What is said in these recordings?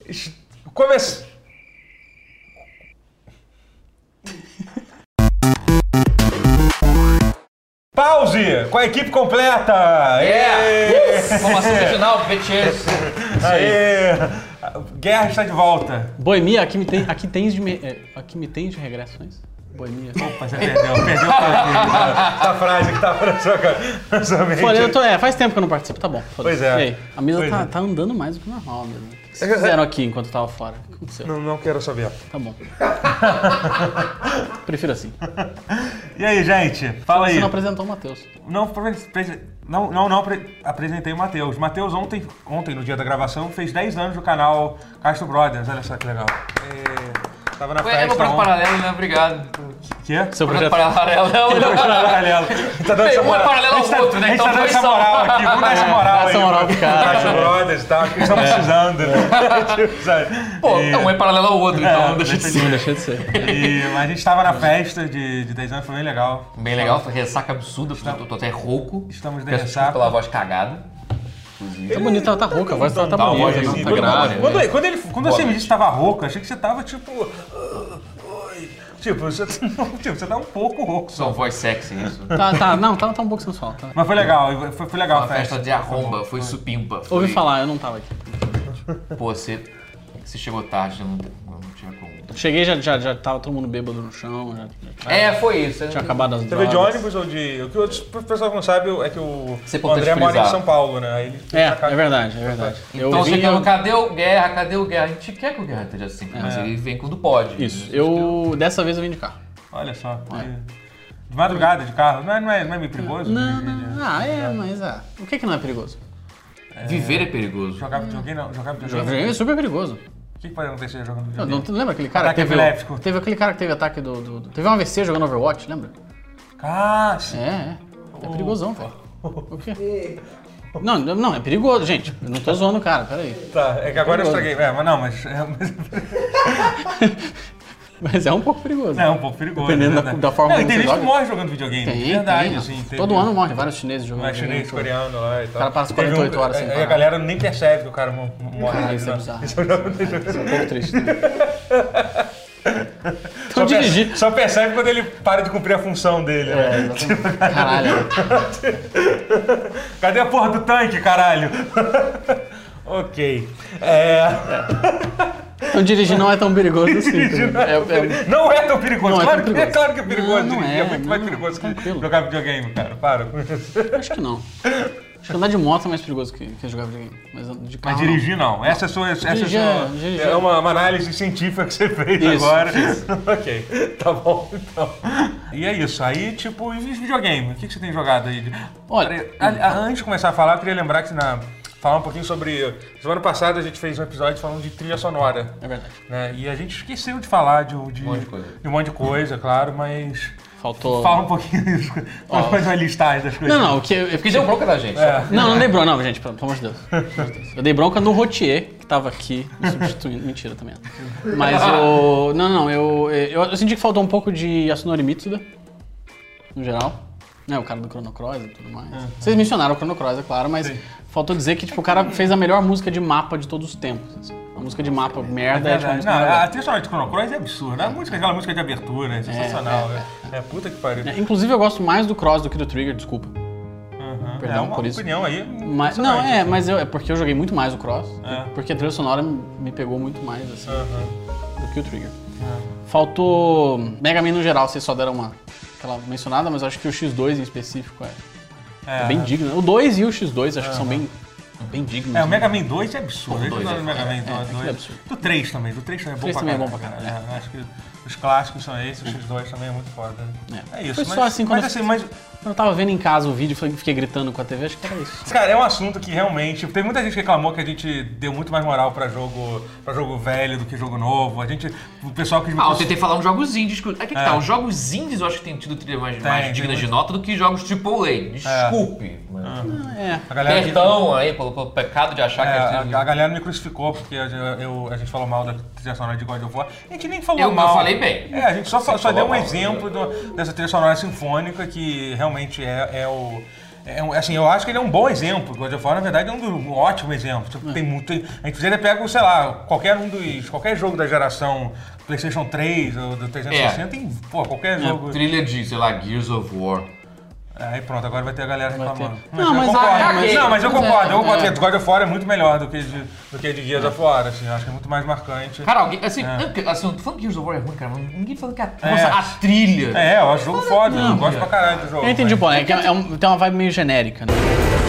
Começa! Pause! Com a equipe completa! Formação original, BTS. Aê! Guerra está de volta. Boemia, aqui me tens de regressões. Boemia. Opa, você perdeu essa frase que tá na sua mente. Faz tempo que eu não participo, tá bom. Pois é. E aí? A mesa tá andando mais do que normal mesmo. O que vocês fizeram aqui enquanto eu tava fora? O que aconteceu? Não quero saber. Tá bom. Prefiro assim. E aí, gente? Fala aí. Você não apresentou o Matheus. Não apresentei o Matheus. Matheus ontem, no dia da gravação, fez 10 anos do canal Castro Brothers. Olha só que legal. Tava na festa. É meu projeto paralelo, né? Obrigado. Que é? Seu projeto paralelo. Paralelo. Tá dando essa moral. Um é paralelo ao outro, né? A gente tá dando essa moral aqui. Vamos dar essa moral aí. Essa moral pro cara. Castro Brothers e tal. Acho que eles estão precisando, né? Pô, um é paralelo ao outro, então deixa de ser. Não deixa de ser. Mas a gente tava na festa de 10 anos, foi bem legal. Bem legal, foi ressaca absurda, eu tô até rouco. Estamos de Peço ressaca. desculpa pela voz cagada. Tá bonita, ela tá rouca, a voz dela tá Tá, bonita, voz, não sim, tá muito grave. boa. Quando você me disse que tava rouco, achei que você tava tipo... Oi. Tipo, você tá um pouco rouco só. São voz sexy, isso. Tá um pouco sensual. Tá. Mas foi legal, foi legal a Uma festa. festa de arromba, foi supimpa. Ouvi falar, eu não tava aqui. Pô, você chegou tarde, eu não tinha como. Cheguei, já tava todo mundo bêbado no chão. Foi isso. Tinha acabado as Você veio de drogas. ônibus ou de... O que o pessoal não sabe é que o Você pode André mora em frisar. São Paulo, né? Aí ele É verdade. Então você quer, cadê o Guerra? Cadê o Guerra? A gente quer que o Guerra esteja assim, mas ele vem quando pode. Isso, dessa vez eu vim de carro. Olha só. De madrugada, de carro. Não é meio perigoso? Não. Mas o que não é perigoso? Viver é perigoso. Jogar videogame não. Jogar videogame. Videogame é super perigoso. O que pode acontecer jogando videogame? Não lembra aquele cara Ataque que epiléptico. teve aquele cara que teve ataque teve um AVC jogando Overwatch, lembra? Sim. É perigosão, velho. O quê? Não, é perigoso, gente. Eu não tô zoando o cara, peraí. Tá, é que agora eu estraguei. Mas é um pouco perigoso. É um pouco perigoso. Dependendo da forma como tem você gente que joga. morre jogando videogame. Tem, verdade, tem. assim. Todo ano morre vários chineses jogando Mais chinês, coreano lá e tal. O cara passa 48 horas sem Aí a parar. galera nem percebe que o cara morre. Caralho, isso é bizarro. Isso é um pouco triste. Então dirigir. Só percebe quando ele para de cumprir a função dele. Né? Caralho. Cadê a porra do tanque, caralho? Ok. Então dirigir não é tão perigoso assim. Não é tão perigoso. Não é Claro, tão perigoso. claro que é perigoso Não dirigir. é, É muito mais não, perigoso que tranquilo. jogar videogame, cara. Para com isso. Acho que não. Acho que andar de moto é mais perigoso que jogar videogame. Mas de carro, Mas dirigir não. Essa Dirigir. é uma análise científica que você fez agora. Ok, tá bom então. E é isso. Aí, tipo, e videogame? O que você tem jogado aí? Olha, Antes de começar a falar, eu queria lembrar que falar um pouquinho sobre... Semana passada a gente fez um episódio falando de trilha sonora. É verdade. Né? E a gente esqueceu de falar de um monte de coisa, claro, mas... Faltou... Fala um pouquinho disso. Vamos fazer uma listagem das coisas. Não, o que eu Porque deu bronca da gente. Não dei bronca, não, gente, pelo amor de Deus. Eu dei bronca no Rotier, que tava aqui me substituindo. Mentira também. Mas eu... Eu senti que faltou um pouco de Yasunori Mitsuda, no geral. Né, o cara do Chrono Cross e tudo mais. Vocês mencionaram o Chrono Cross, é claro, mas faltou dizer que tipo, o cara fez a melhor música de mapa de todos os tempos. Assim. A música de mapa merda é tipo, uma música a trilha sonora de Chrono Cross é absurda. Aquela música de abertura é sensacional. Puta que pariu. Inclusive eu gosto mais do Cross do que do Trigger, desculpa. Perdão por isso. Opinião aí. Mas é porque eu joguei muito mais o Cross. Porque a trilha sonora me pegou muito mais assim, do que o Trigger. Faltou Mega Man no geral, vocês só deram aquela mencionada, mas eu acho que o X2 em específico é bem digno. O 2 e o X2 acho que são bem dignos. O Mega Man 2 é absurdo. O 2 é Mega Man 2 é absurdo. Do 3 também. Do 3 também é bom pra caralho. Acho que os clássicos são esses, o X2 também é muito foda. É isso. Foi só assim quando mas eu tava vendo em casa o vídeo e fiquei gritando com a TV, acho que era isso. Cara, é um assunto que realmente... Tem muita gente que reclamou que a gente deu muito mais moral pra jogo velho do que jogo novo. O pessoal que... eu tentei falar uns jogos indies. Os jogos indies eu acho que tem tido trilha mais dignas de nota do que jogos AAA. Desculpe. A galera Perdão aí pelo pecado de achar que a galera me crucificou porque a gente falou mal da trilha sonora de God of War. A gente nem falou mal. Eu falei bem. A gente só deu um exemplo dessa trilha sonora sinfônica que realmente é assim, eu acho que ele é um bom exemplo. God of War, na verdade, é um ótimo exemplo. Tipo, tem muito. A gente pega, sei lá, qualquer jogo da geração PlayStation 3 ou do 360, tem, qualquer jogo. Trilha de, sei lá, Gears of War. Aí pronto, agora vai ter a galera reclamando. Mas eu concordo. Eu concordo que God of War é muito melhor do que de Gears of War, assim, eu acho que é muito mais marcante. Cara, alguém, assim, eu tô falando que Gears of War é ruim, cara, mas ninguém falando que a trilha... Eu acho jogo foda, eu gosto pra caralho do jogo. Eu entendi, pô, tem uma vibe meio genérica, né?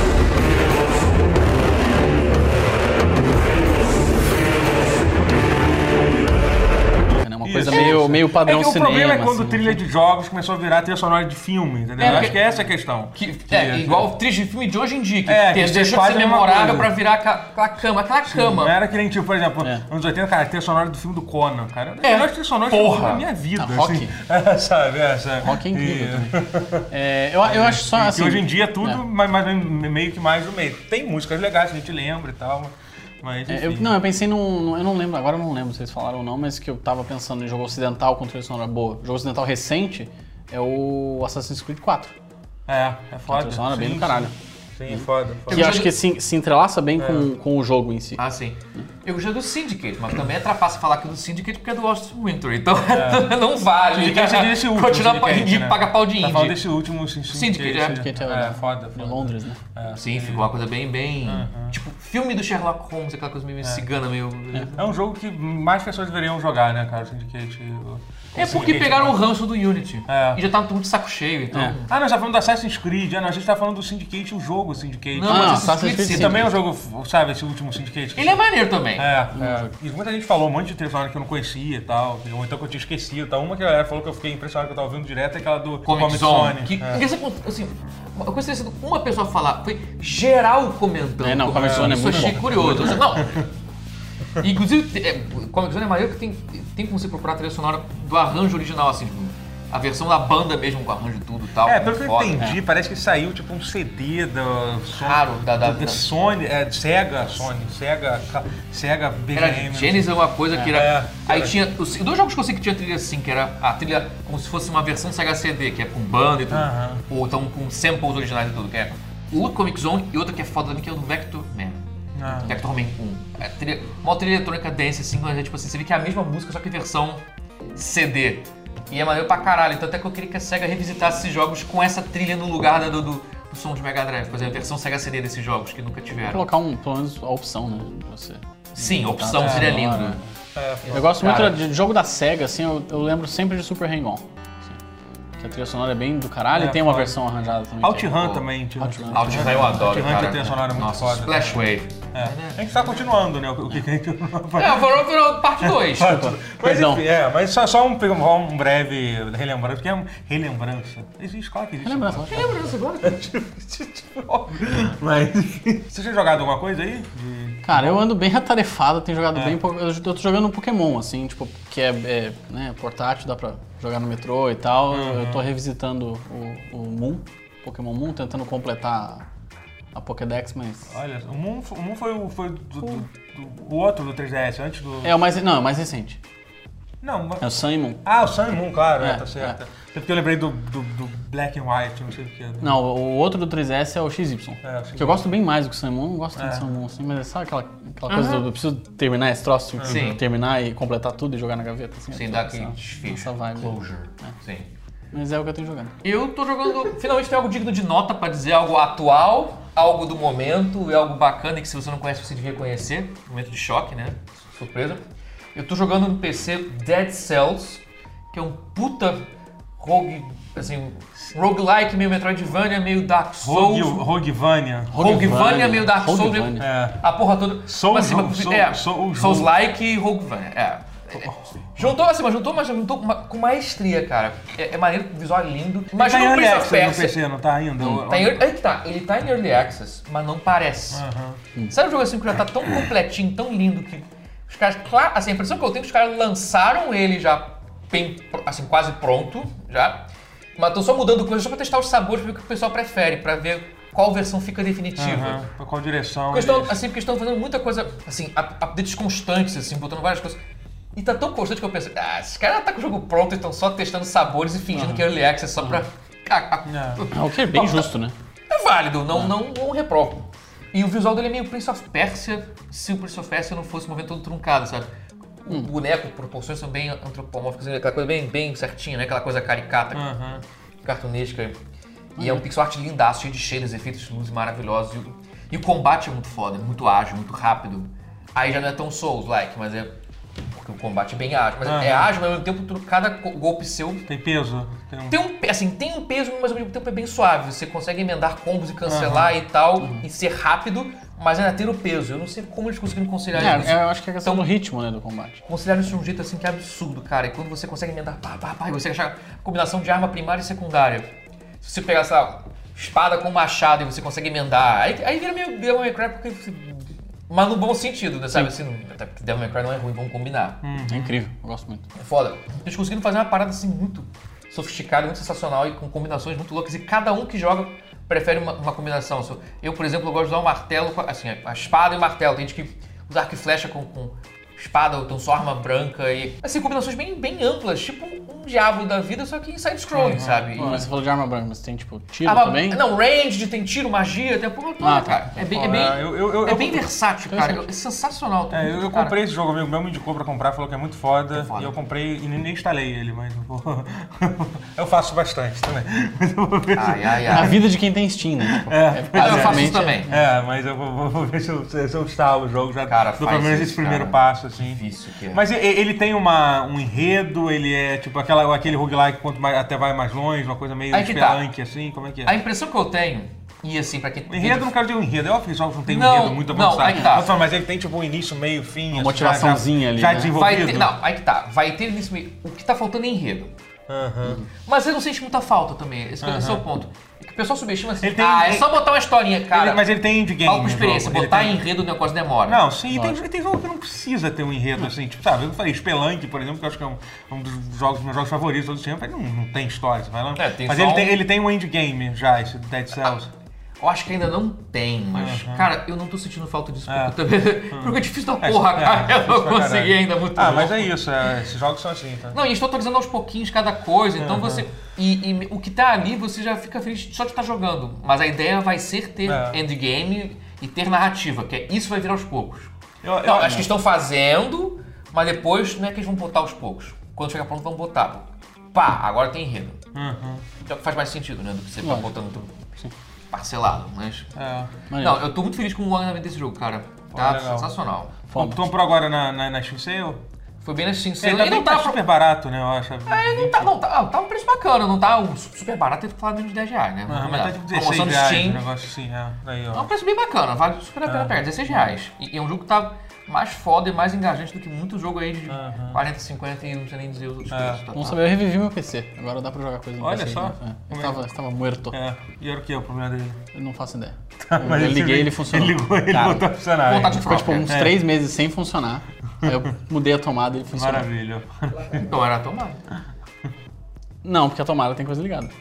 Coisa meio padrão cinema. O problema é quando assim, trilha de jogos começou a virar trilha sonora de filme, entendeu? Eu acho que essa é a questão. Igual trilha de filme de hoje em dia, que deixou de ser memorável pra virar aquela cama. Não era que nem, tipo, por exemplo, anos 80, cara, a trilha sonora do filme do Conan, cara. É a melhor trilha sonora da minha vida. Rock. Assim. Sabe, essa. Rock é incrível também. Eu acho só assim... Que hoje em dia é tudo mas meio que mais do meio. Tem músicas legais que a gente lembra e tal, mas, eu pensei num... Eu não lembro, agora eu não lembro se vocês falaram ou não, mas que eu tava pensando em jogo ocidental com trilha sonora boa. Jogo ocidental recente é o Assassin's Creed 4. É foda. A trilha sonora bem do caralho. Sim, foda. Que eu acho que se entrelaça bem com o jogo em si. Ah, sim. Eu gostei do Syndicate, mas também é trapaça falar que é do Syndicate porque é do Lost Winter, então não vale. Syndicate é desse último. Continuar pra pagar pau de indie. Tá falando desse último Syndicate. Syndicate é foda. Em Londres, né? Sim, ficou uma coisa bem... Tipo, filme do Sherlock Holmes, aquela coisa meio cigana, meio... É um jogo que mais pessoas deveriam jogar, né, cara, o Syndicate. É porque pegaram o ranço do Unity. E já tava tudo de saco cheio, então... Ah, nós já falando do Assassin's Creed, a gente tá falando do Syndicate, o jogo Syndicate. Não, mas Assassin's Creed também é um jogo, sabe, esse último Syndicate. Ele é maneiro também. E muita gente falou um monte de trilha sonora que eu não conhecia e tal, ou então que eu tinha esquecido e tal. Uma que a galera falou que eu fiquei impressionado que eu tava ouvindo direto é aquela do Comic Zone. Assim, uma coisa que uma pessoa falar, foi geral comentando. Não, Comic Zone é muito bom. Isso eu achei curioso. Não. Inclusive, Comic Zone é maneiro que tem como você procurar a trilha sonora do arranjo original, assim, a versão da banda mesmo, com arranjo e tudo e tal. Pelo que eu entendi, parece que saiu tipo um CD da Sony, Sega BGM. Genesis é uma coisa que era... Aí tinha... Dois jogos que eu sei que tinha trilha assim, que era a trilha como se fosse uma versão Sega CD, que é com banda e tudo. Ou então com samples originais e tudo, que é o Comic Zone e outra que é foda também, que é o do Vector Man. Vector Man 1. Uma trilha eletrônica dance, assim, mas é tipo assim, você vê que é a mesma música, só que versão CD. E é maneiro pra caralho, então até que eu queria que a SEGA revisitasse esses jogos com essa trilha no lugar do som de Mega Drive. Por exemplo, a versão Sega CD desses jogos, que nunca tiveram. Colocar pelo menos a opção, né, pra você. Sim, a opção seria lindo. Eu gosto muito de jogo da SEGA, assim, eu lembro sempre de Super Hang-On. Que a trilha sonora é bem do caralho e tem uma versão arranjada também. OutRun também. OutRun eu adoro, cara. A trilha sonora é muito foda. Splash Wave. A gente tá continuando, né? O que a gente... Virou parte 2. Mas enfim, mas só um breve relembrança, porque é relembrança. Existe, claro que existe. Relembrança agora? Mas, você tinha jogado alguma coisa aí? Cara, eu ando bem atarefado, tenho jogado bem pouco. Eu tô jogando um Pokémon, assim, tipo, que é portátil, dá pra jogar no metrô e tal. Eu tô revisitando o Moon, Pokémon Moon, tentando completar a Pokédex, mas... Olha, o Moon foi o outro do 3DS, antes do... É o mais recente. Não, mas... É o Sun e Moon. Ah, o Sun e Moon, claro, tá certo. Porque eu lembrei do Black and White, não sei o que é. Não, o outro do 3DS é o XY. Que eu gosto bem mais do que o Sun e Moon, não gosto tanto do Sun e Moon, assim, mas sabe aquela coisa do eu preciso terminar esse troço, terminar e completar tudo e jogar na gaveta, assim. Sim, dá aquele desfecho. Essa vibe. Closure. Sim. Mas é o que eu tenho jogando. Eu tô jogando... Finalmente tem algo digno de nota pra dizer algo atual, algo do momento e algo bacana e que se você não conhece, você devia conhecer. Momento de choque, né? Surpresa. Eu tô jogando no PC Dead Cells, que é um puta roguelike, meio Metroidvania, meio Dark Souls. Roguevania, meio Dark Souls. A porra toda. Souls-like e Roguevania. Juntou com maestria, cara. É maneiro, o visual é lindo. Mas tá não em Early precisa Access no PC, não tá ainda? Ele tá em Early Access, mas não parece. Sabe um jogo assim que já tá tão completinho, tão lindo que os caras, claro, assim, a impressão que eu tenho é que os caras lançaram ele já bem, assim, quase pronto, já. Mas estão só mudando coisas só pra testar os sabores, pra ver o que o pessoal prefere, pra ver qual versão fica definitiva. Pra qual direção. Porque estão fazendo muita coisa, assim, updates constantes, assim, botando várias coisas. E tá tão constante que eu penso, esses caras já tá com o jogo pronto e estão só testando sabores e fingindo que é Early Access só pra... O que é bem justo, né? é válido, não reprovo. E o visual dele é meio Prince of Persia, se o Prince of Persia não fosse um movimento todo truncado, sabe? O boneco, proporções são bem antropomórficas, aquela coisa bem certinha, né? Aquela coisa caricata, cartunesca. E é um pixel art lindaço, cheio de shaders, efeitos de luz maravilhosos. E o combate é muito foda, muito ágil, muito rápido. Aí já não é tão Souls-like, mas é... Porque o combate é bem ágil. Mas é ágil, mas ao mesmo tempo cada golpe seu... Tem peso. Tem um peso, mas ao mesmo tempo é bem suave. Você consegue emendar combos e cancelar e tal, e ser rápido, mas ainda ter o peso. Eu não sei como eles conseguiram conciliar isso. Eu acho que é questão do ritmo, né, do combate. Conciliar isso de um jeito assim que é absurdo, cara. E quando você consegue emendar e você achar a combinação de arma primária e secundária. Se você pegar essa espada com machado e você consegue emendar, aí vira meio Devil May Cry porque você... Mas no bom sentido, né? Sabe assim, até porque Devil May Cry não é ruim, vamos combinar. É incrível, eu gosto muito. É foda. Eles conseguiram fazer uma parada assim muito sofisticada, muito sensacional e com combinações muito loucas. E cada um que joga prefere uma combinação. Eu, por exemplo, eu gosto de usar um martelo, assim, a espada e o martelo. Tem gente que usa arco e flecha com espada, ou então só arma branca e... Assim, combinações bem amplas, tipo um Diablo da vida, só que em side-scrolling, sabe? Mas você falou de arma branca, mas tem, tipo, tiro também? Não, range, tem tiro, magia, tem a porra toda, cara. É bem versátil, cara. É sensacional. Eu comprei esse jogo, amigo meu me indicou pra comprar, falou que é muito foda. E eu comprei e nem instalei ele, mas eu faço bastante também. A vida de quem tem Steam, né? Eu faço isso também. Mas eu vou ver se eu instalo o jogo já. Cara, dou pelo menos esse primeiro passo, assim. Difícil que é. Mas ele tem um enredo, ele é tipo aquele roguelike quanto mais, até vai mais longe, uma coisa meio spelunk, assim, como é que é? A impressão que eu tenho, e assim, pra quem... O enredo, não quero dizer um enredo, é óbvio que os jogos não tem um enredo muito avançado. Aí que tá. Mas ele tem tipo um início, meio, fim, uma motivaçãozinha ali, já né? desenvolvido. Aí que tá. Vai ter início, meio... O que tá faltando é enredo. Mas eu não sente muita falta também, esse é o ponto. O pessoal subestima assim, é só botar uma historinha, cara. Mas ele tem endgame. Fala com experiência, botar enredo no negócio demora. Não, sim, tem jogo que não precisa ter um enredo assim. Tipo, sabe, eu falei, Spelunk, por exemplo, que eu acho que é um dos meus jogos favoritos todo o tempo, ele não tem história, você vai lá. Mas ele tem um endgame já, esse Dead Cells. Eu acho que ainda não tem, mas, cara, eu não tô sentindo falta disso porque é difícil da porra, cara. Eu não consegui ainda muito. Mas é isso, esses jogos são assim, tá? Não, e estou atualizando aos pouquinhos cada coisa, então você... E o que tá ali, você já fica feliz só de estar jogando. Mas a ideia vai ser ter endgame e ter narrativa, que isso vai vir aos poucos. Acho que estão fazendo, mas depois não é que eles vão botar aos poucos. Quando chegar pronto, vão botar. Agora tem enredo. Então faz mais sentido, né, do que você tá botando tudo parcelado, mas... Não, eu tô muito feliz com o andamento desse jogo, cara. Tá sensacional. Tu comprou agora na Steam Sale? Foi bem na Steam Sale. Ele tá super barato, né, eu acho. Tá um preço bacana, não tá super barato, tem que falar menos de R$10, né? Mas tá tipo R$16, um negócio assim, Aí, ó. É um preço bem bacana, vale super a pena pegar, R$16. E é um jogo que tá mais foda e mais engajante do que muito jogo aí de 40, 50 e não sei nem dizer os outros preços. Vamos saber, eu revivi meu PC, agora dá pra jogar coisa no Olha PC. só. Estava muerto. E era o que o problema dele? Eu não faço ideia. Mas eu liguei e ele funcionou. Ele botou a funcionar. Ficou tipo uns 3 meses sem funcionar. Aí eu mudei a tomada e ele funcionou. Maravilha. Então era a tomada. Não, porque a tomada tem coisa ligada.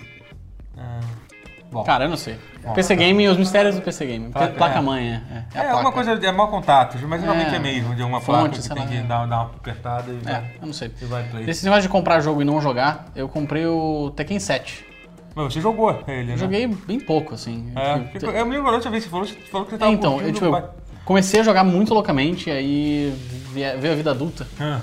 Bom. Cara, eu não sei. PC Game e os mistérios do PC Game. Placa-mãe uma coisa, é mau contato, mas geralmente é mesmo, de uma placa fonte, que tem que dar uma apertada e eu não sei. vai play. Esse negócio de comprar jogo e não jogar, eu comprei o Tekken 7. Mas você jogou ele, né? Eu joguei bem pouco, assim. Eu me lembro da outra vez que você falou que você tava então, eu comecei a jogar muito loucamente, aí veio a vida adulta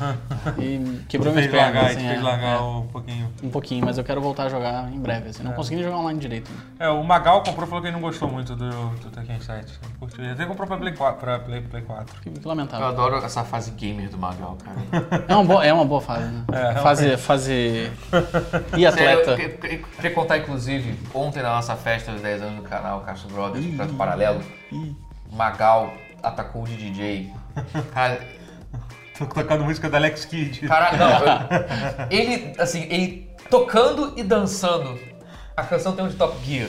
e quebrou minhas pernas. Assim, fez largar um pouquinho. Um pouquinho, mas eu quero voltar a jogar em breve. Assim. Não consegui nem jogar online direito. O Magal comprou e falou que ele não gostou muito do Tekken 7. Ele até comprou pra Play 4. Que lamentável. Eu adoro essa fase gamer do Magal, cara. É uma boa fase, né? Fase e atleta. Eu queria contar, inclusive, ontem na nossa festa dos 10 anos do canal Castro Brothers, Prato Paralelo, Magal atacou o DJ. Cara, tô tocando música da Alex Kidd. Cara, não. Ele tocando e dançando. A canção tem um de Top Gear.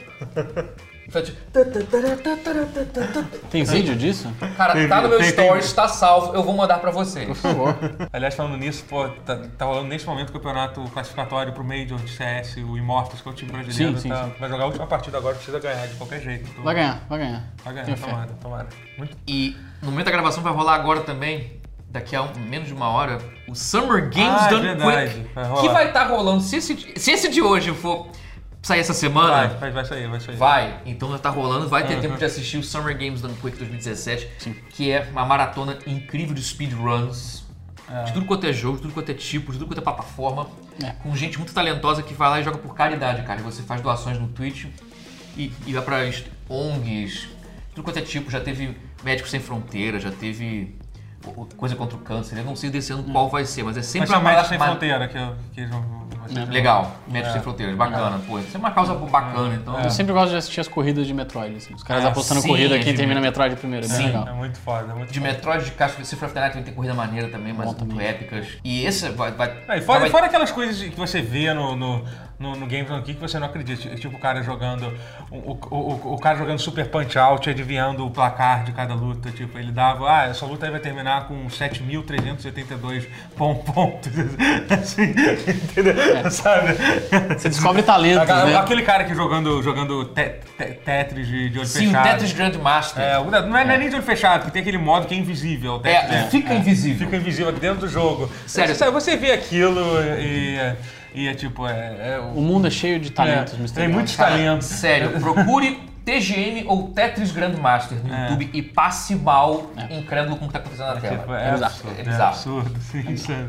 Tem vídeo disso? Cara, tá no meu stories, tá salvo, eu vou mandar pra vocês. Por favor. Aliás, falando nisso, tá rolando nesse momento o campeonato classificatório pro Major de CS, o Immortals, que é o time brasileiro. Sim. Vai jogar a última partida agora, precisa ganhar de qualquer jeito. Vai ganhar. Tomara. E no momento da gravação vai rolar agora também, daqui a menos de uma hora, o Summer Games Done Quick, que vai estar rolando. Se esse de hoje for sair essa semana? Vai sair. Vai. Então já tá rolando. Vai ter tempo de assistir o Summer Games Done Quick 2017, que é uma maratona incrível de speedruns. De tudo quanto é jogo, de tudo quanto é tipo, de tudo quanto é plataforma. Com gente muito talentosa que vai lá e joga por caridade, cara. E você faz doações no Twitch e vai pra ONGs, tudo quanto é tipo. Já teve Médicos Sem Fronteiras, já teve coisa contra o câncer. Eu não sei desse ano qual vai ser, mas é sempre uma Médicos Sem Fronteira que eles vão... Legal, Médicos Sem Fronteiras, bacana, pô. Isso é uma causa bacana, então... Eu sempre gosto de assistir as corridas de Metroid, assim. Os caras apostando corrida, quem termina Metroid primeiro, é bem legal. É muito foda, de Metroid, de Castle Symphony of the Night também tem corrida maneira também, mas muito épicas. E esse vai... Fora aquelas coisas que você vê no Games on Kick que você não acredita. Tipo o cara jogando... O cara jogando Super Punch-Out, adivinhando o placar de cada luta. Tipo, ele dava... essa luta aí vai terminar com 7.372 pontos. Assim, entendeu? Sabe? Você descobre talentos, né? Aquele cara que jogando Tetris de olho fechado. Sim, o Tetris Grandmaster. Não é nem de olho fechado, porque tem aquele modo que é invisível. Fica invisível. Fica invisível aqui dentro do jogo. Sério. Você vê aquilo e é tipo... O mundo é cheio de talentos misteriosos. Tem muitos talentos. Sério, procure TGM ou Tetris Grandmaster no YouTube e passe mal incrédulo com o que tá acontecendo na tela. Tipo, é bizarro. É absurdo, sim, sério.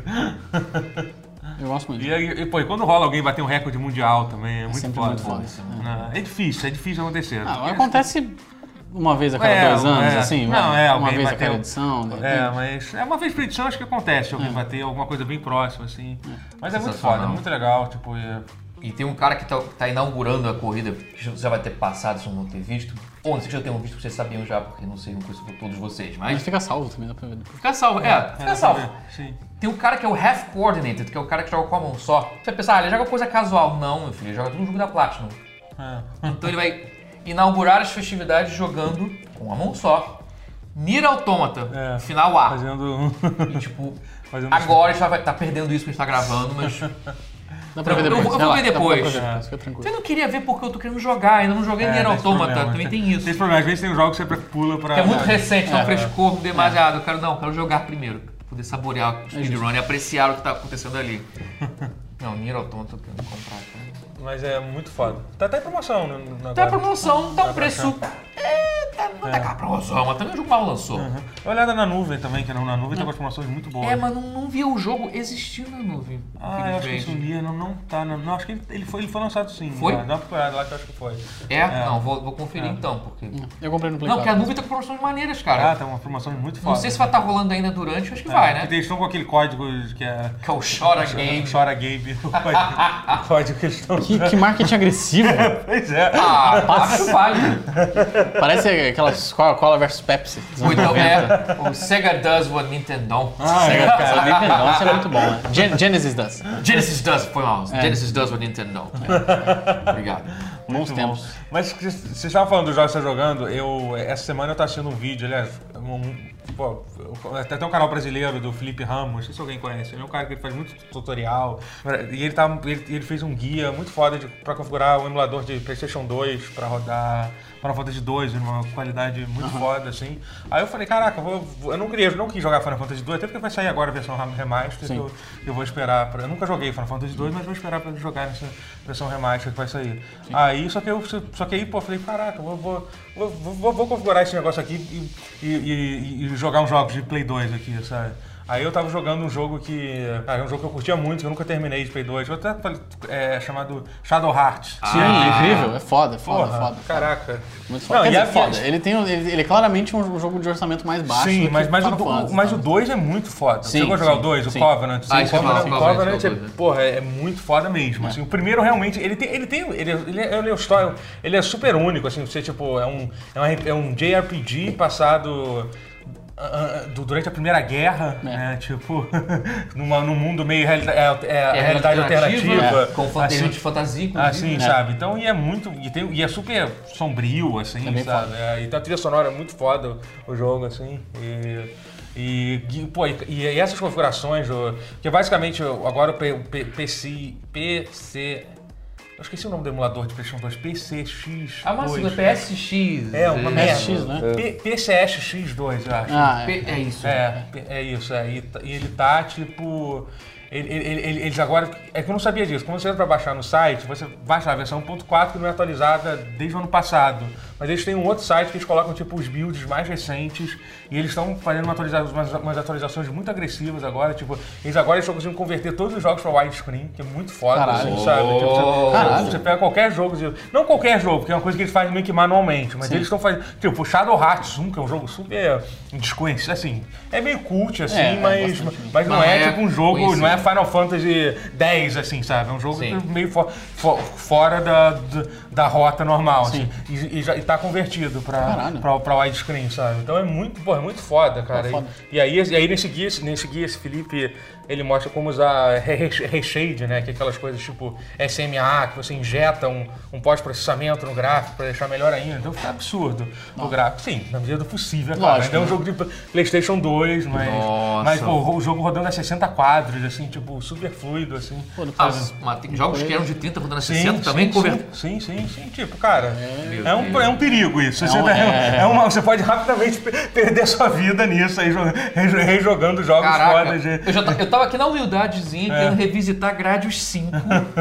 Eu gosto muito. E quando rola alguém bater um recorde mundial também, é muito foda. Muito foda. É difícil acontecer. Acontece uma vez a cada 2 anos, assim? Uma vez a cada edição. Mas uma vez por edição acho que acontece alguém bater alguma coisa bem próxima, assim. Mas é muito foda, é muito legal, tipo... E tem um cara que tá inaugurando a corrida, que já vai ter passado, se não ter visto. Ou não sei se já tenham visto, porque vocês sabiam já, porque não sei, não conheço todos vocês, mas... fica salvo também, dá pra ver. Fica salvo, fica salvo. Sim. Tem um cara que é o Half Coordinated, que é o cara que joga com a mão só. Você vai pensar, ele joga coisa casual. Não, meu filho, ele joga tudo no jogo da Platinum. Então ele vai inaugurar as festividades jogando com a mão só. Nier Automata, final A. Fazendo... E tipo, agora a gente vai estar perdendo isso que a gente tá gravando, mas... Dá pra ver depois. Eu vou ver depois. Fica tranquilo. Você não queria ver porque eu tô querendo jogar, ainda não joguei Nier Automata, também tem isso. Tem problema, às vezes tem um jogo que você pula pra... Que é muito recente, não frescor, demasiado. Eu quero jogar primeiro, pra poder saborear o speedrun e apreciar o que tá acontecendo ali. Não, Nier Automata eu quero comprar, cara. Mas é muito foda. Tá até em promoção, né? Tá em promoção, tá um preço... Não tá aquela promoção, mas também o jogo mal lançou. Dá uma olhada na nuvem também, que na nuvem tá com as promoções muito boas. Mas não vi o jogo existir na nuvem. Eu acho que esse Nier não tá. Não, acho que ele foi lançado sim. Foi? Dá uma procurada lá que eu acho que foi. Não, vou conferir então, porque... Eu comprei no Play 4. Não, porque a nuvem tá com promoções maneiras, cara. Tá uma promoção muito foda. Não sei se vai estar rolando ainda durante, acho que vai, né? Eles estão com aquele código que é... Que é o Chora Game. Chora Game. O código que eles estão... Que marketing agressivo. Pois é. Acho válido. Parece aquelas Coca-Cola versus Pepsi. Ou então o Sega does what Nintendo. Sega does Nintendo, isso é muito bom, né? Genesis does. Genesis does, foi mal. Genesis does what Nintendo. Obrigado. Bons tempos. Mas vocês estavam falando dos jogos que você está jogando, essa semana eu estava assistindo um vídeo, aliás, até tem um canal brasileiro do Felipe Ramos, não sei se alguém conhece, ele é um cara que faz muito tutorial, e ele fez um guia muito foda para configurar um emulador de PlayStation 2 para rodar Final Fantasy 2 numa qualidade muito foda, assim. Aí eu falei, caraca, eu não quis jogar Final Fantasy 2, até porque vai sair agora a versão remaster, que eu vou esperar eu nunca joguei Final Fantasy 2, mas vou esperar para jogar nessa versão remaster que vai sair. Aí, só que aí, eu falei, caraca, vou configurar esse negócio aqui e jogar uns jogos de Play 2 aqui, sabe? Aí eu tava jogando um jogo é um jogo que eu curtia muito, que eu nunca terminei de Play 2. Eu até falei, chamado Shadow Hearts. Sim, incrível. É foda. Caraca. Muito foda. Quer dizer, foda. Ele é claramente um jogo de orçamento mais baixo. Sim, mas o 2 é muito foda. Você chegou a jogar o 2, o Covenant? O Covenant é muito foda mesmo. Assim, o primeiro realmente, ele é super único, assim, você tipo, é um JRPG passado durante a Primeira Guerra, né? Tipo, num mundo meio realidade alternativa. Com elemento de fantasia, inclusive. Assim, sabe? Então, e é super sombrio, assim, sabe? E a trilha sonora é muito foda o jogo, assim. E essas configurações, que basicamente agora o PC... Eu esqueci o nome do emulador de PlayStation 2, PCX2. Mas sigla PSX. Uma PSX, né? PCSX2, eu acho. É isso. É isso. E ele tá, tipo... eles agora... É que eu não sabia disso. Quando você entra pra baixar no site, você baixa a versão 1.4 que não é atualizada desde o ano passado. Mas eles têm um outro site que eles colocam tipo os builds mais recentes e eles estão fazendo umas atualizações muito agressivas agora. Tipo, eles estão conseguindo converter todos os jogos pra widescreen, que é muito foda, assim, sabe? Tipo, você pega qualquer jogo, não qualquer jogo, porque é uma coisa que eles fazem meio que manualmente, mas eles estão fazendo... Tipo, Shadow Hearts 1, que é um jogo super desconhecido, assim, é meio cult, assim, mas não é tipo um jogo, conhecido. Não é Final Fantasy X, assim, sabe? É um jogo meio fora da rota normal, assim, e tá convertido pra widescreen, sabe? Então é muito foda, cara. E aí nesse guia, esse Felipe, ele mostra como usar reshade, né? Que é aquelas coisas tipo SMA, que você injeta um pós-processamento no gráfico pra deixar melhor ainda. Então fica absurdo o gráfico. Sim, na medida do possível, é claro. Ainda é um jogo de PlayStation 2, mas pô, o jogo rodando a 60 quadros, assim, tipo, super fluido, assim. Pô, mas tem jogos que eram de 30 rodando a 60 também convertem. Sim. Tipo, cara, é um perigo isso. Você pode rapidamente perder sua vida nisso, aí rejogando jogos fodas. Eu tava aqui na humildadezinha, querendo revisitar Gradius 5.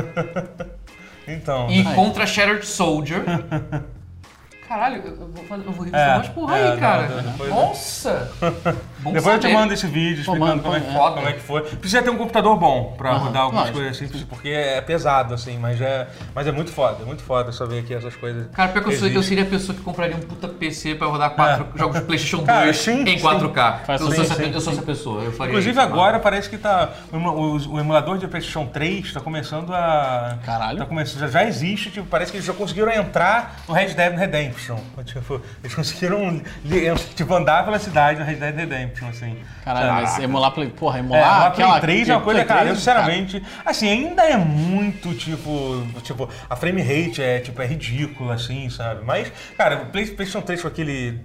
Então. E contra Shattered Soldier. Caralho, eu vou revisar umas porra aí, cara. Nossa! Depois eu te mando esse vídeo explicando como é que foi. Precisa ter um computador bom pra rodar algumas coisas assim, porque é pesado, assim, mas é muito foda saber que essas coisas. Cara, pior que eu seria a pessoa que compraria um puta PC pra rodar 4 jogos de PlayStation 2 em 4K. Eu sou essa pessoa, eu faria. Inclusive agora parece que tá. O emulador de PlayStation 3 tá começando a. Caralho. Já existe, tipo, parece que eles já conseguiram entrar no Red Dead Redemption. Tipo, eles conseguiram andar pela cidade no Red Dead Redemption, assim. Caralho, mas emular Play... Porra, emular Play 3 é uma coisa, cara, eu sinceramente... Assim, ainda é muito, tipo... A frame rate é ridícula, assim, sabe? Mas, cara, o PlayStation 3 com aquele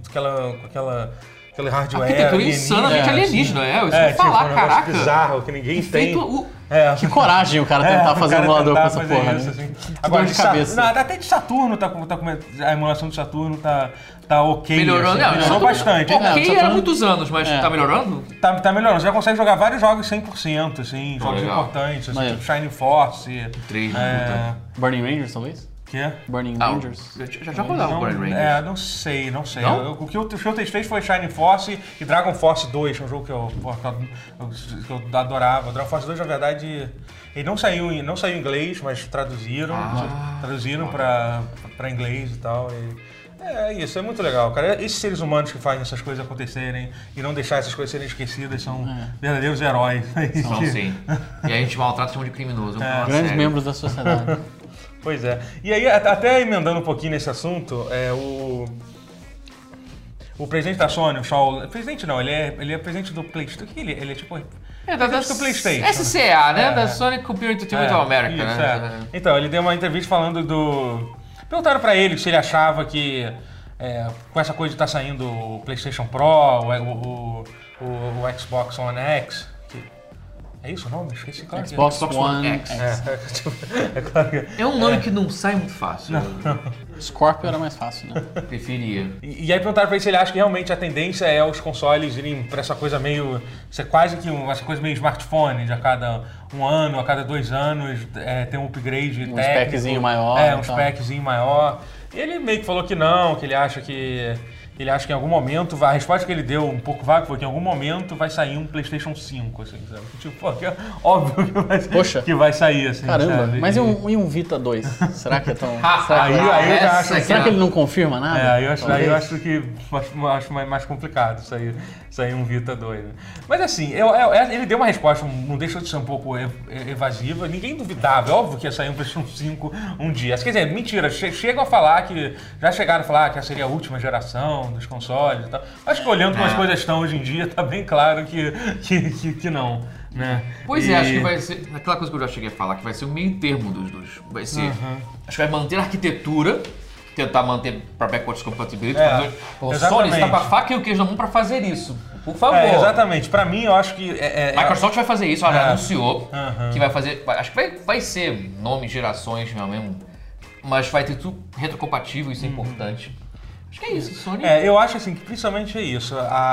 hardware... Arquitetura insanamente alienígena, isso falar, um caraca. Bizarro, que ninguém tem... Que coragem o cara tentar fazer um emulador com essa porra, isso, né? Assim. Agora de cabeça. Até de Saturno a emulação de Saturno tá ok. Melhorando, assim, melhorou bastante. Ok, era muitos anos, mas tá melhorando? Tá melhorando. Você já consegue jogar vários jogos 100%, assim, jogos importantes, assim, tipo Shining Force. 3, Burning Rangers, talvez? Burning Rangers? Já rodava o Burning Rangers. Não sei. Não? O que eu testei foi Shining Force e Dragon Force 2, que é um jogo que eu adorava. Dragon Force 2, na verdade, ele não saiu em inglês, mas traduziram pra inglês e tal. É isso, é muito legal, cara. Esses seres humanos que fazem essas coisas acontecerem e não deixar essas coisas serem esquecidas são verdadeiros heróis. São sim. E a gente maltrata e chama de criminoso. Grandes membros da sociedade. Pois é. E aí, até emendando um pouquinho nesse assunto, o presidente da Sony, o Shaw... Presidente não, ele é presidente do PlayStation. O que ele é tipo... do PlayStation. SCA, né? Da Sony Computer Entertainment of America, isso, né? Então, ele deu uma entrevista falando do... Perguntaram pra ele se ele achava que com essa coisa de estar saindo o PlayStation Pro, o Xbox One X... É isso o nome? Esqueci, claro. Xbox One X. É um nome que não sai muito fácil. Scorpio era mais fácil, né? Preferia. E aí perguntaram pra ele se ele acha que realmente a tendência é os consoles irem pra essa coisa meio... Ser quase que essa coisa meio smartphone, de a cada 1 ano, a cada 2 anos, ter um upgrade técnico. Um speczinho maior. Um speczinho maior. E ele meio que falou que não, que ele acha que... Ele acha que em algum momento, a resposta que ele deu um pouco vaga foi que em algum momento vai sair um PlayStation 5, assim, sabe? Tipo, pô, que é óbvio que vai sair, assim, caramba, sabe? Mas e um Vita 2? Será que é tão... aí eu já acho... Será que ele não confirma nada? Aí eu acho que acho mais complicado sair um Vita 2. Né? Mas assim, ele deu uma resposta, não deixou de ser um pouco evasiva, ninguém duvidava, é óbvio que ia sair um PlayStation 5 um dia. Quer dizer, mentira, chegam a falar que... Já chegaram a falar que essa seria a última geração dos consoles e tal. Acho que olhando como as coisas estão hoje em dia, tá bem claro que não, né? Pois acho que vai ser... Aquela coisa que eu já cheguei a falar, que vai ser o meio termo dos dois. Vai ser... Acho que vai manter a arquitetura, tentar manter para backwards compatibility. O Sony está com a faca e o queijo na mão para fazer isso. Por favor. Exatamente. Para mim, eu acho que... Microsoft vai fazer isso, anunciou que vai fazer... Acho que vai ser nome, gerações mesmo, mas vai ter tudo retrocompatível, isso é importante. Acho que é isso, Sony. Eu acho assim que principalmente é isso.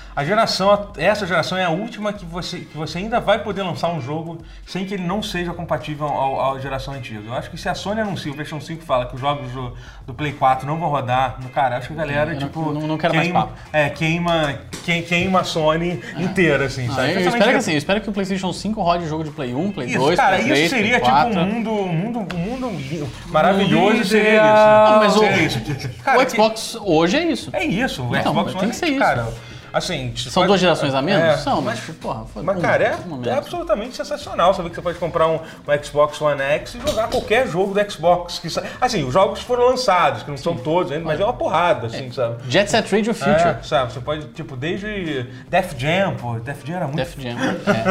essa geração é a última que você ainda vai poder lançar um jogo sem que ele não seja compatível à geração antiga. Eu acho que se a Sony anuncia o PlayStation 5 fala que os jogos do Play 4 não vão rodar, cara, acho que a galera, não quero mais papo. Queima a Sony inteira, assim, sabe? Eu espero que o PlayStation 5 rode jogo de Play 1, Play 2, cara, Play 3, isso seria Play 4. tipo um mundo maravilhoso, seria isso. Não, mas Cara, o Xbox hoje é isso. É isso, o Então, Xbox tem One que ser isso. Cara, assim, são 2 gerações a menos? São, mas porra, mas cara, é absolutamente sensacional saber que você pode comprar um Xbox One X e jogar qualquer jogo do Xbox. Assim, os jogos foram lançados, que não são todos ainda, mas é uma porrada, assim, sabe? Jet Set Radio Future. Sabe, você pode, tipo, desde Def Jam, pô, Def Jam era muito... Def Jam,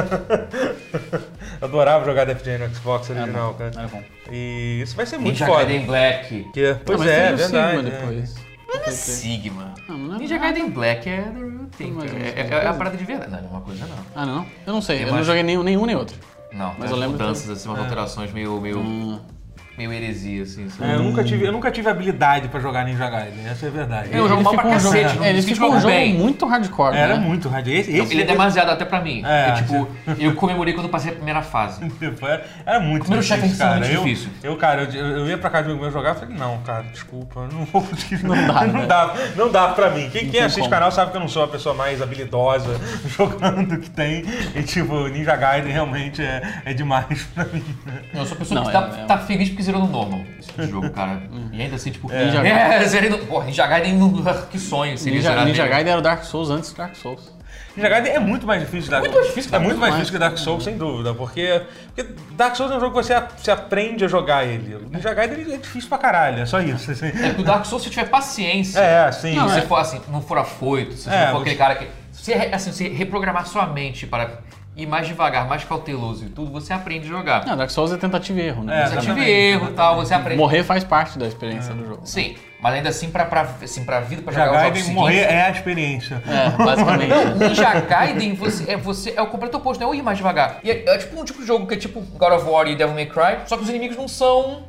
Eu adorava jogar Def Jam no Xbox original, cara. Era bom. E isso vai ser muito Ninja foda. Gaiden Black. Pois mas é, tem o verdade. Sigma depois. Não é Sigma. Não é Ninja Gaiden Black é the real thing. É a parada de verdade. Não, é uma coisa não. Ah, não? Eu não sei. Eu não joguei nenhum nem outro. Não, mas eu lembro mudanças, assim, umas alterações meio heresia, assim. Eu nunca tive habilidade pra jogar Ninja Gaiden, essa é a verdade. Eu jogo mal pra cacete. Ele ficou um jogo muito hardcore, Era né? muito hardcore. Ele é demasiado até pra mim. Eu comemorei quando passei a primeira fase. Era muito primeiro difícil, chefe é cara. difícil. Eu ia pra casa de um amigo meu jogar e falei, não, cara, desculpa, eu não vou conseguir. Não dá pra mim. Quem assiste o canal sabe que eu não sou a pessoa mais habilidosa jogando que tem. E tipo, Ninja Gaiden realmente é demais pra mim. Eu sou a pessoa que tá feliz porque zerou no normal esse jogo, cara. E ainda assim, tipo, zerei no... Porra, Ninja Gaiden, que sonho seria zerar Ninja nele. Gaiden era o Dark Souls antes do Dark Souls. Ninja Gaiden é muito mais difícil. É muito mais difícil que Dark Souls, sem dúvida. Porque Dark Souls é um jogo que você aprende a jogar ele. O Ninja Gaiden é difícil pra caralho, é só isso. Assim. É que o Dark Souls, se tiver paciência, sim. Se você for assim, não for afoito, se você for aquele cara que... Se você reprogramar sua mente para ir mais devagar, mais cauteloso e tudo, você aprende a jogar. Não, Dark Souls é tentativa e erro, né? Tentativa e erro e tal, você aprende. Morrer faz parte da experiência do jogo. Sim, mas ainda assim, pra vida, pra Ninja jogar Gaiden, os jogos morrer seguintes... é a experiência. Basicamente. Não, Ninja Gaiden, é o completo oposto, não é o ir mais devagar. E é tipo um tipo de jogo que é tipo God of War e Devil May Cry, só que os inimigos não são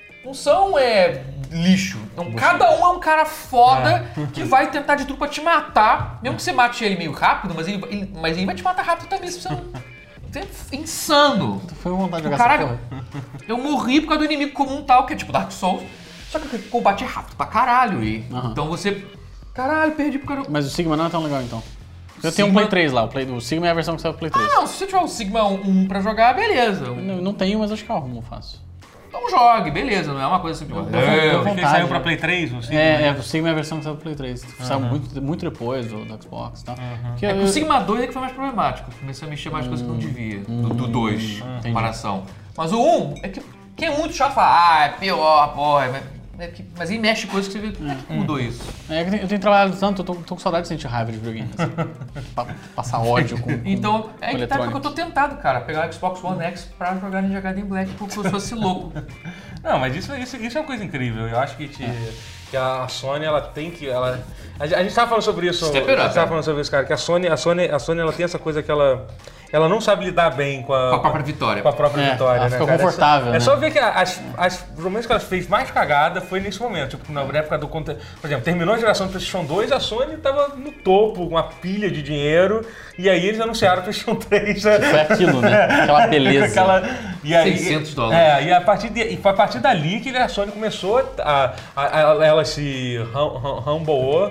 lixo. Então, cada um é um cara foda que vai tentar de tudo pra te matar, mesmo que você mate ele meio rápido, mas ele vai te matar rápido também, se você não... É insano. Foi uma vontade de jogar Caralho, essa porra. Eu morri por causa do inimigo comum tal, que é tipo Dark Souls, só que o combate é rápido pra caralho. Então você... Caralho, perdi por causa... Mas o Sigma não é tão legal, então. Eu tenho um Play 3 lá, o Sigma é a versão que saiu pro Play 3. Não, se você tiver o Sigma 1 pra jogar, beleza. Não tenho, mas acho que eu arrumo fácil. Então jogue, beleza, não é uma coisa assim tipo... Ele saiu pra Play 3? O Sigma é a versão que saiu pro Play 3. Saiu muito depois do Xbox e tal. O Sigma 2 é que foi mais problemático. Comecei a mexer mais coisas que não devia. Do 2, comparação. Mas o 1 é que quem é muito chato fala, é pior, porra. Mas aí mexe coisas que você vê, como é que mudou isso? Eu tenho trabalhado tanto, eu tô com saudade de sentir raiva de videogame. Assim, passar ódio com Então, que tá porque eu tô eletrônicos. tentado, cara, pegar o Xbox One X pra jogar Ninja Gaiden Black porque eu fosse louco. Não, mas isso é uma coisa incrível. Eu acho que a Sony, ela tem que... A gente tava falando sobre isso. Cara, que a Sony ela tem essa coisa que ela não sabe lidar bem com a própria vitória. Com a própria vitória, ela né, fica cara? confortável, né? É só ver que os momentos que ela fez mais cagada foi nesse momento. Tipo, na época do... Por exemplo, terminou a geração do PlayStation 2, a Sony tava no topo, com uma pilha de dinheiro, e aí eles anunciaram o PlayStation 3. Foi aquilo, né? Aquela beleza. E aí, $600. E foi a partir dali que a Sony começou ela se humblou,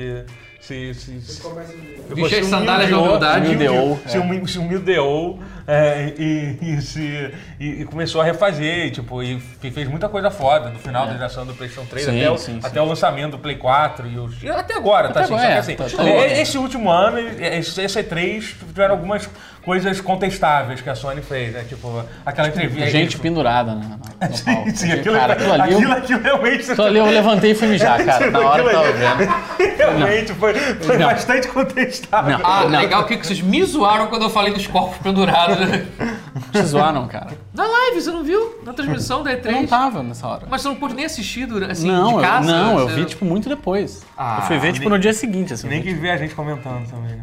Vestir as sandálias da humildade. Se humildeou e começou a refazer, tipo, e fez muita coisa foda no final da geração do PlayStation 3 até o lançamento do Play 4 e até agora, tá? Esse último ano, esse E3 tiveram algumas coisas contestáveis que a Sony fez, né? Tipo, aquela entrevista. Gente pendurada, né? Sim, aquilo realmente. Aquilo ali eu levantei e fui mijar, cara. Na hora eu tava vendo. Realmente foi bastante contestável. Legal que vocês me zoaram quando eu falei dos corpos pendurados. Te zoaram, cara. Na live, você não viu? Na transmissão da E3? Eu não tava nessa hora. Mas você não pôde nem assistir assim, não, de casa? Eu vi, tipo, muito depois. Eu fui ver, tipo, no dia seguinte, assim. Nem quis ver a gente comentando também, né?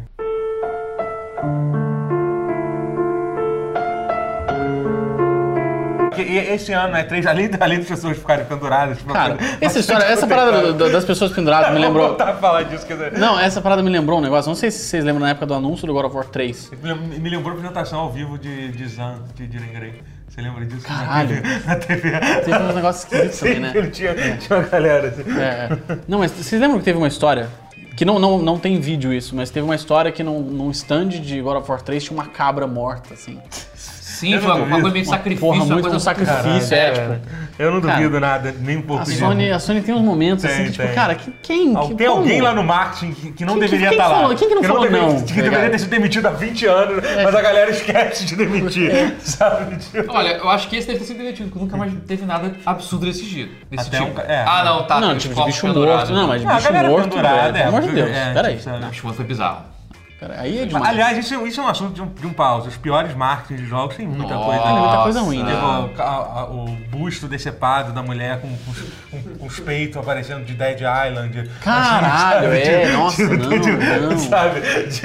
porque esse ano, E3, além das pessoas ficarem penduradas... Cara, essa parada das pessoas penduradas me lembrou... Vou voltar a falar disso, quer dizer... Não, essa parada me lembrou um negócio, não sei se vocês lembram na época do anúncio do God of War 3. Me lembrou a apresentação ao vivo de Zan, de Diren Grey. Você lembra disso? Caralho. Na TV. Teve uns negócios esquisitos também, né? Tinha uma galera assim. Não, mas vocês lembram que teve uma história? Que não tem vídeo isso, mas teve uma história que num stand de God of War 3 tinha uma cabra morta, assim. Sim, foi uma coisa meio de sacrifício. Porra, muito um sacrifício, tipo... Eu não duvido nada, nem um pouco a Sony tem uns momentos assim, que tipo, cara, quem... Tem alguém lá no marketing que não deveria estar lá. Quem que não falou não? Que deveria ter sido demitido há 20 anos, mas a galera esquece de demitir, sabe? Olha, eu acho que esse deve ter sido demitido, porque nunca mais teve nada absurdo desse jeito. Desse Até tipo. não, tá. Não, tipo de bicho morto. Não, mas de bicho morto, pelo amor de Deus. Peraí. O bicho morto foi bizarro. Aí é demais. Aliás, isso é um assunto de um pause. Os piores marketing de jogos tem muita coisa. Tem muita coisa ruim, né? O busto decepado da mulher com os peitos aparecendo de Dead Island. Caralho, assim, nossa, não. Sabe?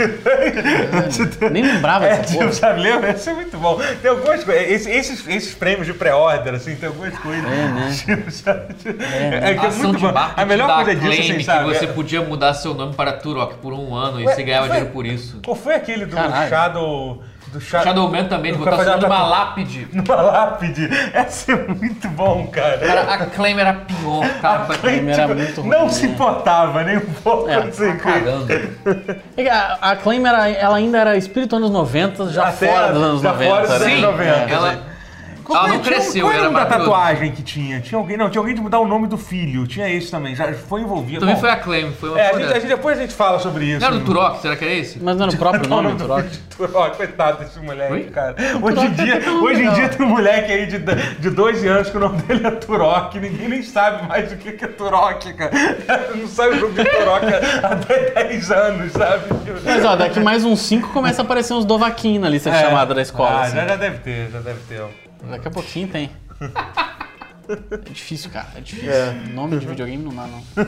Nem lembrava dessa porra. Sabe, lembra? Isso é muito bom. Tem algumas coisas, esses prêmios de pré-order, assim, tem algumas coisas. É que é muito bom. A melhor coisa disso, assim, sabe? Que você podia mudar seu nome para Turok por um ano e você ganhava dinheiro por isso. Qual foi aquele do Shadow... Shadowman também, de botar seu nome numa lápide. Numa lápide. Essa é muito bom, cara. Cara, a Claim era pior, cara. A Claim era muito ruim. Não se importava nem um pouco. Cagando. A Claim ela ainda era espírito anos 90, já fora dos anos 90. Fora dos anos 90. Ela não cresceu, qual era era da tatuagem que tinha? Tinha alguém de mudar o nome do filho. Tinha esse também. Já foi envolvido. Também foi a Claim. Foi uma depois a gente fala sobre isso. Não era do Turok? Será que era esse? Mas não era o próprio nome do Turok? Coitado desse moleque, cara. Hoje em dia tem um moleque aí de 12 anos que o nome dele é Turok. Ninguém nem sabe mais o que é Turok, cara. Não sabe o jogo de Turok há 10 anos, sabe? Mas ó, daqui mais uns 5 começa a aparecer uns Dovaquin na lista de chamada da escola. Assim. Já deve ter. Daqui a pouquinho tem. É difícil, cara. É difícil. Nome de videogame não dá, não.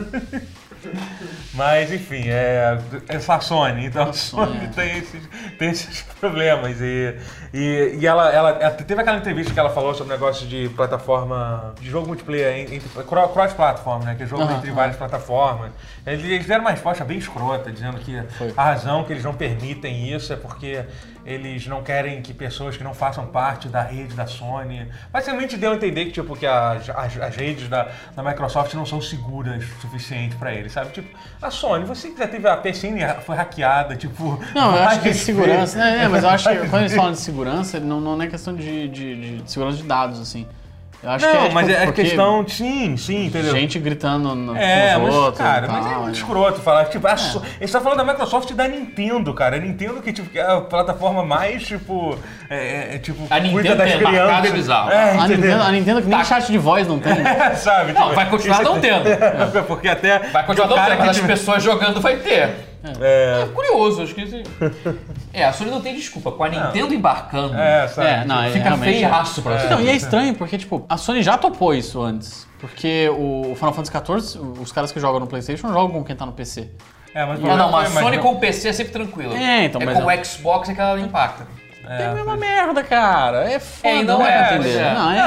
Mas, enfim, essa Sony. Então, a Sony tem esses problemas. E ela teve aquela entrevista que ela falou sobre o negócio de plataforma, de jogo multiplayer, cross-platform, né? Que é jogo entre várias plataformas. Eles deram uma resposta bem escrota, dizendo que a razão que eles não permitem isso é porque eles não querem que pessoas que não façam parte da rede da Sony... Basicamente deu a entender que, tipo, que as redes da Microsoft não são seguras o suficiente pra eles, sabe? Tipo, a Sony, você que já teve a PSN foi hackeada, tipo... Não, eu acho que segurança... mas eu acho que quando eles falam de segurança, não é questão de segurança de dados, assim. Eu acho que mas é questão... Sim, entendeu? Gente gritando nos outros. Cara, mas é muito escroto falar. Tipo, a gente tá falando da Microsoft e da Nintendo, cara. A Nintendo que tipo, é a plataforma mais, tipo... a Nintendo das crianças. Bizarro. A Nintendo que nem chat de voz não tem. Sabe? Não, vai continuar não tendo. Porque até... Vai continuar não tendo, mas as pessoas jogando vai ter. É curioso, acho que isso... a Sony não tem desculpa. Com a Nintendo embarcando, fica feiaço pra você. Não, e é estranho, porque, tipo, a Sony já topou isso antes. Porque o Final Fantasy XIV, os caras que jogam no PlayStation jogam com quem tá no PC. Mas a Sony com o PC é sempre tranquila. Com o Xbox é que ela impacta. Tem a mesma merda, cara. É foda, não é entender.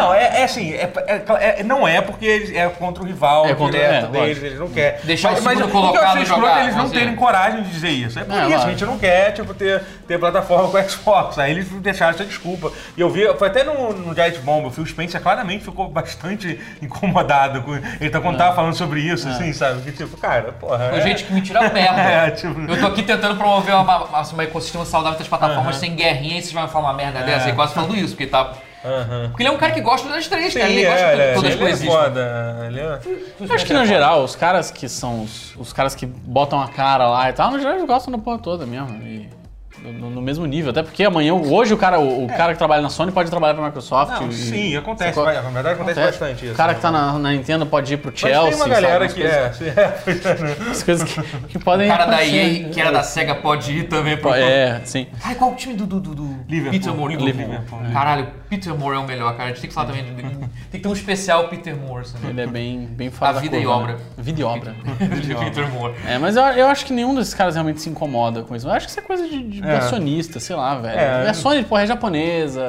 Não é porque é contra o rival direto deles, eles não querem. Deixar o segundo colocado jogar. Eles não terem coragem de dizer isso. É por isso, a gente não quer, tipo, ter plataforma com o Xbox. Aí eles deixaram essa desculpa. E eu vi, foi até no Giant Bomb, o Phil Spencer claramente ficou bastante incomodado com ele quando tava falando sobre isso, assim, sabe? Que tipo, cara, porra. Foi gente que me tira merda. Eu tô aqui tentando promover um ecossistema saudável das plataformas sem guerrinha, e vocês vão falar uma merda dessa, e quase falando isso, porque tá... Porque ele é um cara que gosta das três, cara. Ele gosta de todas as coisas. Acho que, no geral, os caras que são os caras que botam a cara lá e tal, no geral, eles gostam da porra toda mesmo. No mesmo nível, até porque hoje o cara que trabalha na Sony pode trabalhar pra Microsoft. Sim, acontece, na verdade acontece bastante isso. O cara que tá na Nintendo pode ir pro Chelsea. Mas tem uma galera que as coisas que podem... O cara da EA, que era da SEGA, pode ir também pro... sim. Ai, qual o time do Peter Moore? Liverpool. Caralho, Peter Moore é o melhor, cara. A gente tem que falar também... Tem que ter um especial Peter Moore, sabe? Ele é bem fora da vida curva, e obra. Vida e obra. Peter Moore. Mas eu acho que nenhum desses caras realmente se incomoda com isso. Eu acho que isso é coisa de acionista, sei lá, velho. A Sony, porra, é japonesa.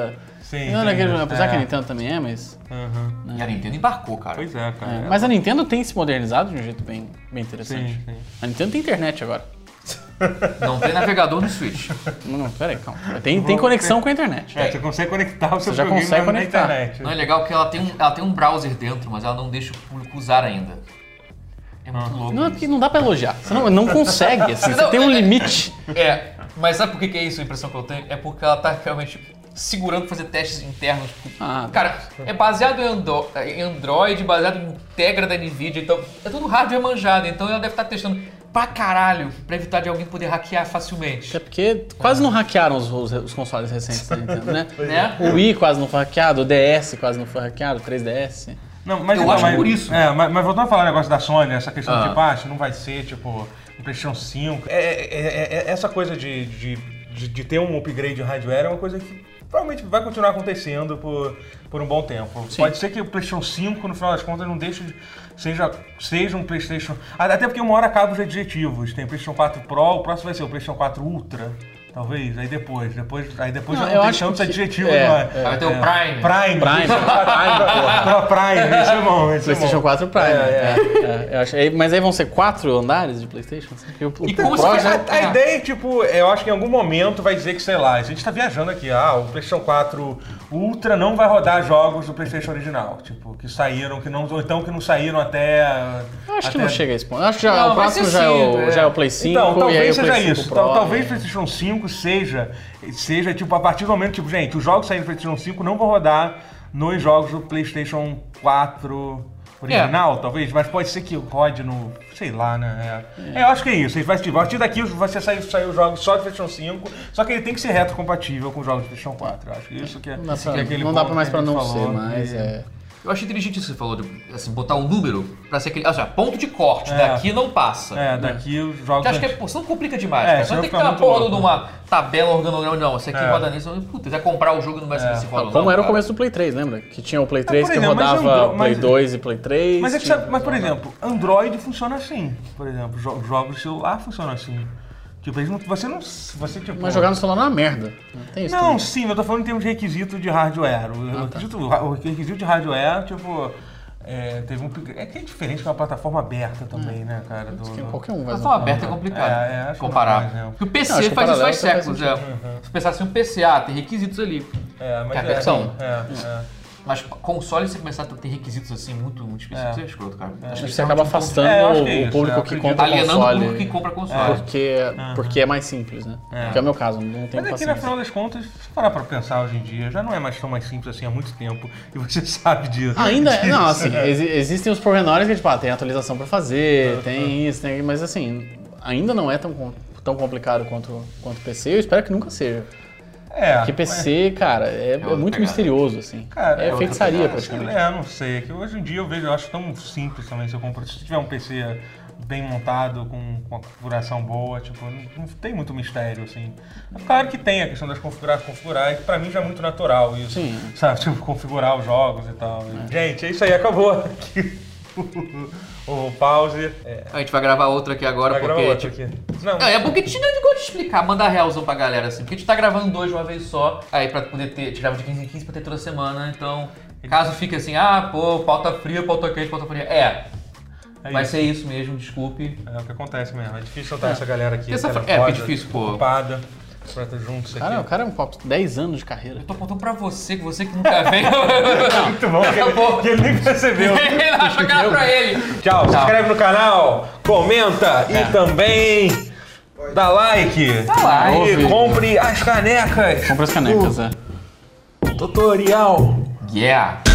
Sim. Não, apesar que a Nintendo também é, mas... E a Nintendo embarcou, cara. Pois é, cara. Mas a Nintendo tem se modernizado de um jeito bem interessante. Sim. A Nintendo tem internet agora. Não tem navegador no Switch. Não, peraí, calma. Tem conexão com a internet. Você consegue conectar o seu já videogame consegue na conectar. internet. Não é legal que ela tem um browser dentro, mas ela não deixa o público usar ainda. É muito louco. Não, é porque não dá pra elogiar. Você não consegue, assim. Você tem um limite. Mas sabe por que é isso? A impressão que eu tenho? É porque ela tá realmente segurando pra fazer testes internos. Cara, é baseado em Android, baseado em Tegra da NVIDIA, então é tudo hardware manjado. Então ela deve estar testando pra caralho pra evitar de alguém poder hackear facilmente. É porque quase não hackearam os consoles recentes da Nintendo, né? O Wii quase não foi hackeado, o DS quase não foi hackeado, o 3DS. Não, mas eu acho por isso. Mas voltando a falar o negócio da Sony, essa questão de tipo, não vai ser, tipo, o PlayStation 5. Essa coisa de ter um upgrade hardware é uma coisa que provavelmente vai continuar acontecendo por um bom tempo. Sim. Pode ser que o PlayStation 5, no final das contas, não deixe seja um PlayStation... Até porque uma hora acaba os adjetivos. Tem o PlayStation 4 Pro, o próximo vai ser o PlayStation 4 Ultra. Talvez, aí depois já não tem tantos adjetivos. Vai ter o Prime. Prime, isso é bom. PlayStation 4 Prime. Eu acho, mas aí vão ser 4 andares de PlayStation? A ideia, tipo, eu acho que em algum momento vai dizer que, sei lá, a gente tá viajando aqui, o PlayStation 4 Ultra não vai rodar jogos do PlayStation original, tipo, que saíram, ou então que não saíram até... Acho que não chega a esse ponto. Acho que o próximo já é o Play 5. Então, talvez seja isso. Talvez o PlayStation 5 seja, tipo, a partir do momento, tipo, gente, os jogos saindo do PlayStation 5 não vão rodar nos jogos do PlayStation 4 original, talvez, mas pode ser que rode no, sei lá, né? Eu acho que é isso. A partir daqui vai sair os jogos só do PlayStation 5, só que ele tem que ser retrocompatível com os jogos do PlayStation 4. Eu acho que isso que é... Não dá mais pra não ser, mas Eu achei inteligente isso que você falou, de assim, botar um número pra ser aquele... ponto de corte, daqui não passa. Daqui os jogos... Eu acho que isso não complica demais, cara. Você não tem que ter uma porra de uma tabela, organograma, não. Esse aqui roda nisso, puta, quiser comprar o jogo não vai ser se rola. Como era o começo do Play 3, lembra? Que tinha o Play 3 que rodava Play 2 e Play 3. Mas por exemplo, Android funciona assim. Por exemplo, jogos de celular funcionam assim. Tipo, mas jogar no celular não é uma merda. Tem isso não, sim, eu tô falando em termos de requisito de hardware. O requisito de hardware, tipo, teve um... É que é diferente de uma plataforma aberta também, né, cara? Qualquer um vai usar. A plataforma aberta é complicado comparar. Porque o PC faz isso faz séculos. Se pensar assim, um PC, tem requisitos ali. Mas que são. Mas console, se começar a ter requisitos assim muito específicos, é escroto, cara. Acho que você acaba afastando o público que compra console. Alienando o público que compra console. Porque é mais simples, né? Que é o meu caso, não tem paciência. Mas aqui, no final das contas, se parar pra pensar hoje em dia, já não é mais tão mais simples assim há muito tempo. E você sabe disso. Não, assim, existem os pormenores que, tipo, tem atualização pra fazer, tem isso, mas assim, ainda não é tão complicado quanto o PC. Eu espero que nunca seja. Porque PC, cara, é muito misterioso, assim. Cara, é feitiçaria, praticamente. Não sei. Que hoje em dia eu acho tão simples também. Se tiver um PC bem montado, com uma configuração boa, tipo, não tem muito mistério, assim. É claro que tem a questão das configurar, e pra mim já é muito natural isso. Sim. Sabe, tipo, configurar os jogos e tal. Gente, é isso aí, acabou aqui. O pause. A gente vai gravar outra aqui agora, porque... É porque a gente não gosta de explicar, mandar realzão pra galera, assim. Porque a gente tá gravando 2 de uma vez só, aí pra poder ter... A gente grava de 15 em 15 pra ter toda semana, então... Caso fique assim, pauta fria, pauta quente, pauta fria... Vai ser isso mesmo, desculpe. É o que acontece mesmo, é difícil soltar essa galera aqui. É difícil, pô. Ocupada. Pra estar juntos aqui. O cara é um papo, 10 anos de carreira. Eu tô apontando pra você que nunca veio. Muito bom, que ele nem percebeu. Ele achou que era pra ele. Tchau, se inscreve no canal, comenta e também dá like. E compre as canecas. Compre as canecas, Tutorial. Yeah.